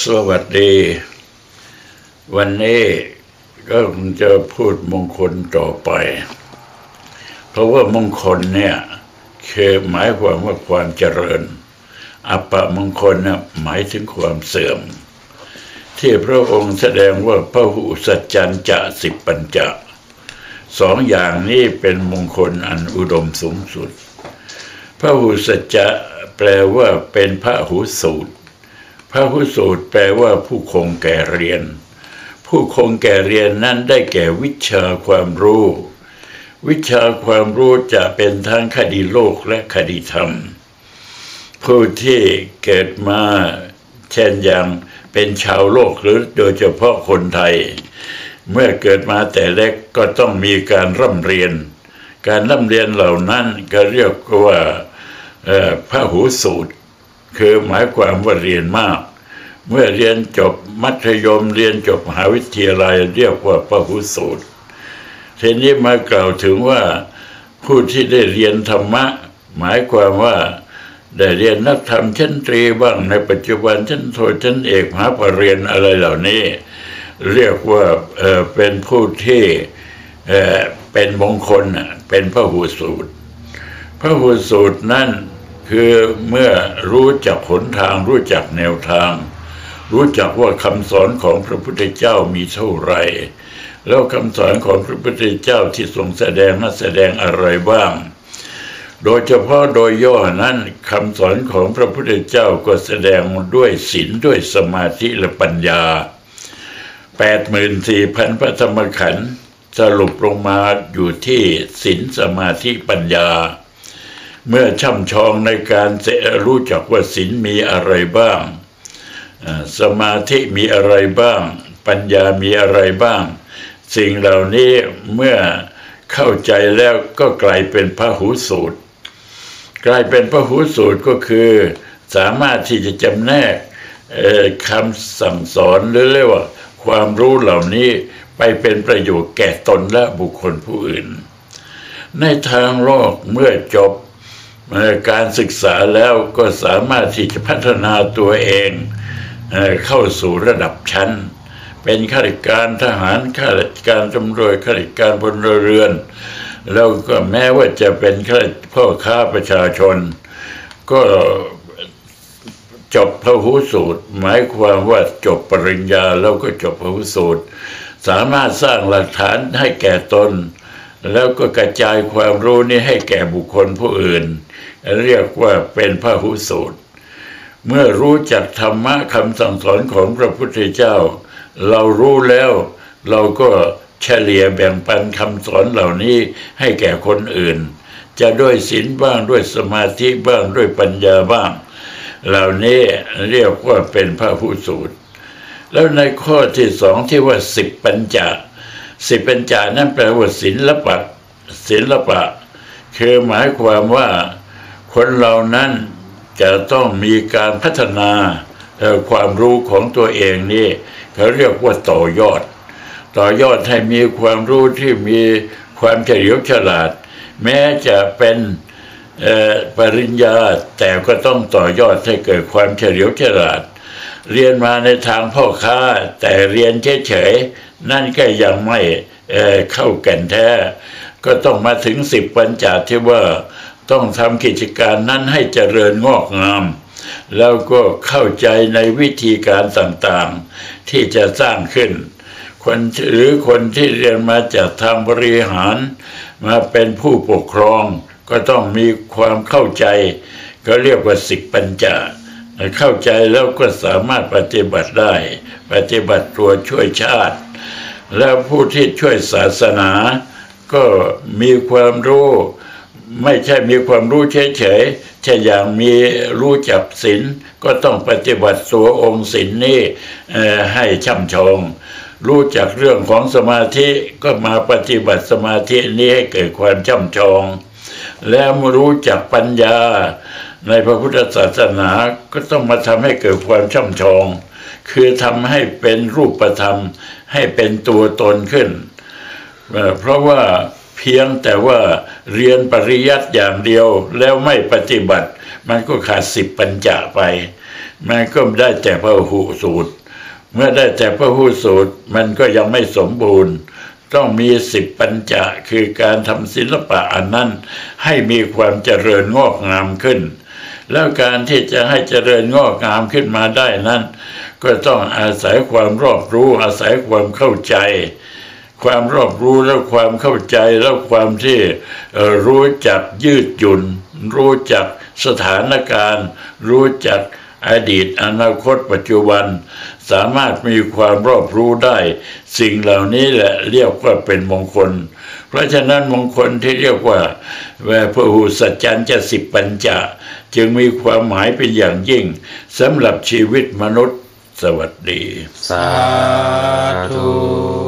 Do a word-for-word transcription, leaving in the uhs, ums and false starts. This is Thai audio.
สวัสดีวันนี้ก็จะพูดมงคลต่อไปเพราะว่ามงคลเนี่ยคือหมายความว่าความเจริญอัปปมงคลน่ะหมายถึงความเสื่อมที่พระองค์แสดงว่าพหุสัจจัญจะสิบปัญจะสองอย่างนี้เป็นมงคลอันอุดมสูงสุดพหุสัจจะแปลว่าเป็นพหุสูตรพหุสูตรแปลว่าผู้คงแก่เรียนผู้คงแก่เรียนนั้นได้แก่วิชาความรู้วิชาความรู้จะเป็นทั้งคดีโลกและคดีธรรมผู้ที่เกิดมาเช่นอย่างเป็นชาวโลกหรือโดยเฉพาะคนไทยเมื่อเกิดมาแต่เล็กก็ต้องมีการร่ำเรียนการร่ำเรียนเหล่านั้นก็เรียกว่าพหุสูตรคือหมายความว่าเรียนมากเมื่อเรียนจบมัธยมเรียนจบมหาวิทยาลัยเรียกว่าพหุสูตรทีนี้มากล่าวถึงว่าผู้ที่ได้เรียนธรรมะหมายความว่าได้เรียนนักธรรมชั้นตรีบ้างในปัจจุบันชั้นโทชั้นเอกมหาปรริญญาอะไรเหล่านี้เรียกว่าเอ่อเป็นผู้ที่เอ่อเป็นมงคลเป็นพหุสูตรพหุสูตรนั่นคือเมื่อรู้จักหนทางรู้จักแนวทางรู้จักว่าคำสอนของพระพุทธเจ้ามีเท่าไหร่แล้วคำสอนของพระพุทธเจ้าที่ทรงแสดงนั้นแสดงอะไรบ้างโดยเฉพาะโดยย่อนั้นคำสอนของพระพุทธเจ้าก็แสดงด้วยศีลด้วยสมาธิและปัญญา แปดหมื่นสี่พัน พระธรรมขันธ์สรุปลงมาอยู่ที่ศีลสมาธิปัญญาเมื่อช่ำชองในการรู้จักว่าศีลมีอะไรบ้างสมาธิมีอะไรบ้างปัญญามีอะไรบ้างสิ่งเหล่านี้เมื่อเข้าใจแล้วก็กลายเป็นพหุสูตรกลายเป็นพหุสูตรก็คือสามารถที่จะจำแนกคำสั่งสอนหรือเรียกว่าความรู้เหล่านี้ไปเป็นประโยชน์แก่ตนและบุคคลผู้อื่นในทางโลกเมื่อจบการศึกษาแล้วก็สามารถที่จะพัฒนาตัวเองเข้าสู่ระดับชั้นเป็นข้าราชการทหารข้าราชการตำรวจข้าราชการพลเรือนแล้วก็แม้ว่าจะเป็นข้าพ่อค้าประชาชนก็จบพหุสูตรหมายความว่าจบปริญญาแล้วก็จบพหุสูตรสามารถสร้างหลักฐานให้แก่ตนแล้วก็กระจายความรู้นี้ให้แก่บุคคลผู้อื่นเรียกว่าเป็นพหุสูตรเมื่อรู้จักธรรมะคำสั่งสอนของพระพุทธเจ้าเรารู้แล้วเราก็เฉลี่ยแบ่งปันคำสอนเหล่านี้ให้แก่คนอื่นจะด้วยศีลบ้างด้วยสมาธิบ้างด้วยปัญญาบ้างเหล่านี้เรียกว่าเป็นพหุสูตรแล้วในข้อที่สองที่ว่าสิบปัญจสิบปัญจนั้นแปลว่าศิลปะศิลปะคือหมายความว่าคนเรานั้นจะต้องมีการพัฒนาความรู้ของตัวเองนี่เขาเรียกว่าต่อยอดต่อยอดให้มีความรู้ที่มีความเฉลียวฉลาดแม้จะเป็นปริญญาแต่ก็ต้องต่อยอดให้เกิดความเฉลียวฉลาดเรียนมาในทางพ่อค้าแต่เรียนเฉยๆนั่นก็ยังไม่เข้าแก่นแท้ก็ต้องมาถึงสิบปัญจที่ว่าต้องทำกิจการนั้นให้เจริญงอกงามแล้วก็เข้าใจในวิธีการต่างๆที่จะสร้างขึ้นคนหรือคนที่เรียนมาจากทางบริหารมาเป็นผู้ปกครองก็ต้องมีความเข้าใจก็เรียกว่าสิบปัญจเข้าใจแล้วก็สามารถปฏิบัติได้ปฏิบัติตัวช่วยชาติแล้วผู้ที่ช่วยศาสนาก็มีความรู้ไม่ใช่มีความรู้เฉยๆแค่อย่างมีรู้จักศีลก็ต้องปฏิบัติตัวองค์ศีลนี้ให้ช่ำชองรู้จักเรื่องของสมาธิก็มาปฏิบัติสมาธินี้ให้เกิดความช่ำชองแล้วรู้จักปัญญาในพระพุทธศาสนาก็ต้องมาทำให้เกิดความช่ำชองคือทำให้เป็นรูปธรรมให้เป็นตัวตนขึ้นเพราะว่าเพียงแต่ว่าเรียนปริยัติอย่างเดียวแล้วไม่ปฏิบัติมันก็ขาดสิบปัญจไปมันก็ได้แต่พหุสูตรเมื่อได้แต่พหุสูตรมันก็ยังไม่สมบูรณ์ต้องมีสิบปัญจคือการทำศิลปะอันนั้นให้มีความเจริญงอกงามขึ้นแล้วการที่จะให้เจริญงอกงามขึ้นมาได้นั้นก็ต้องอาศัยความรอบรู้อาศัยความเข้าใจความรอบรู้แล้วความเข้าใจแล้วความที่รู้จักยืดหยุ่นรู้จักสถานการณ์รู้จักอดีตอนาคตปัจจุบันสามารถมีความรอบรู้ได้สิ่งเหล่านี้แหละเรียกว่าเป็นมงคลเพราะฉะนั้นมงคลที่เรียกว่าพหุสัจจัญจะสิบปัญจจึงมีความหมายเป็นอย่างยิ่งสำหรับชีวิตมนุษย์สวัสดีสาธุ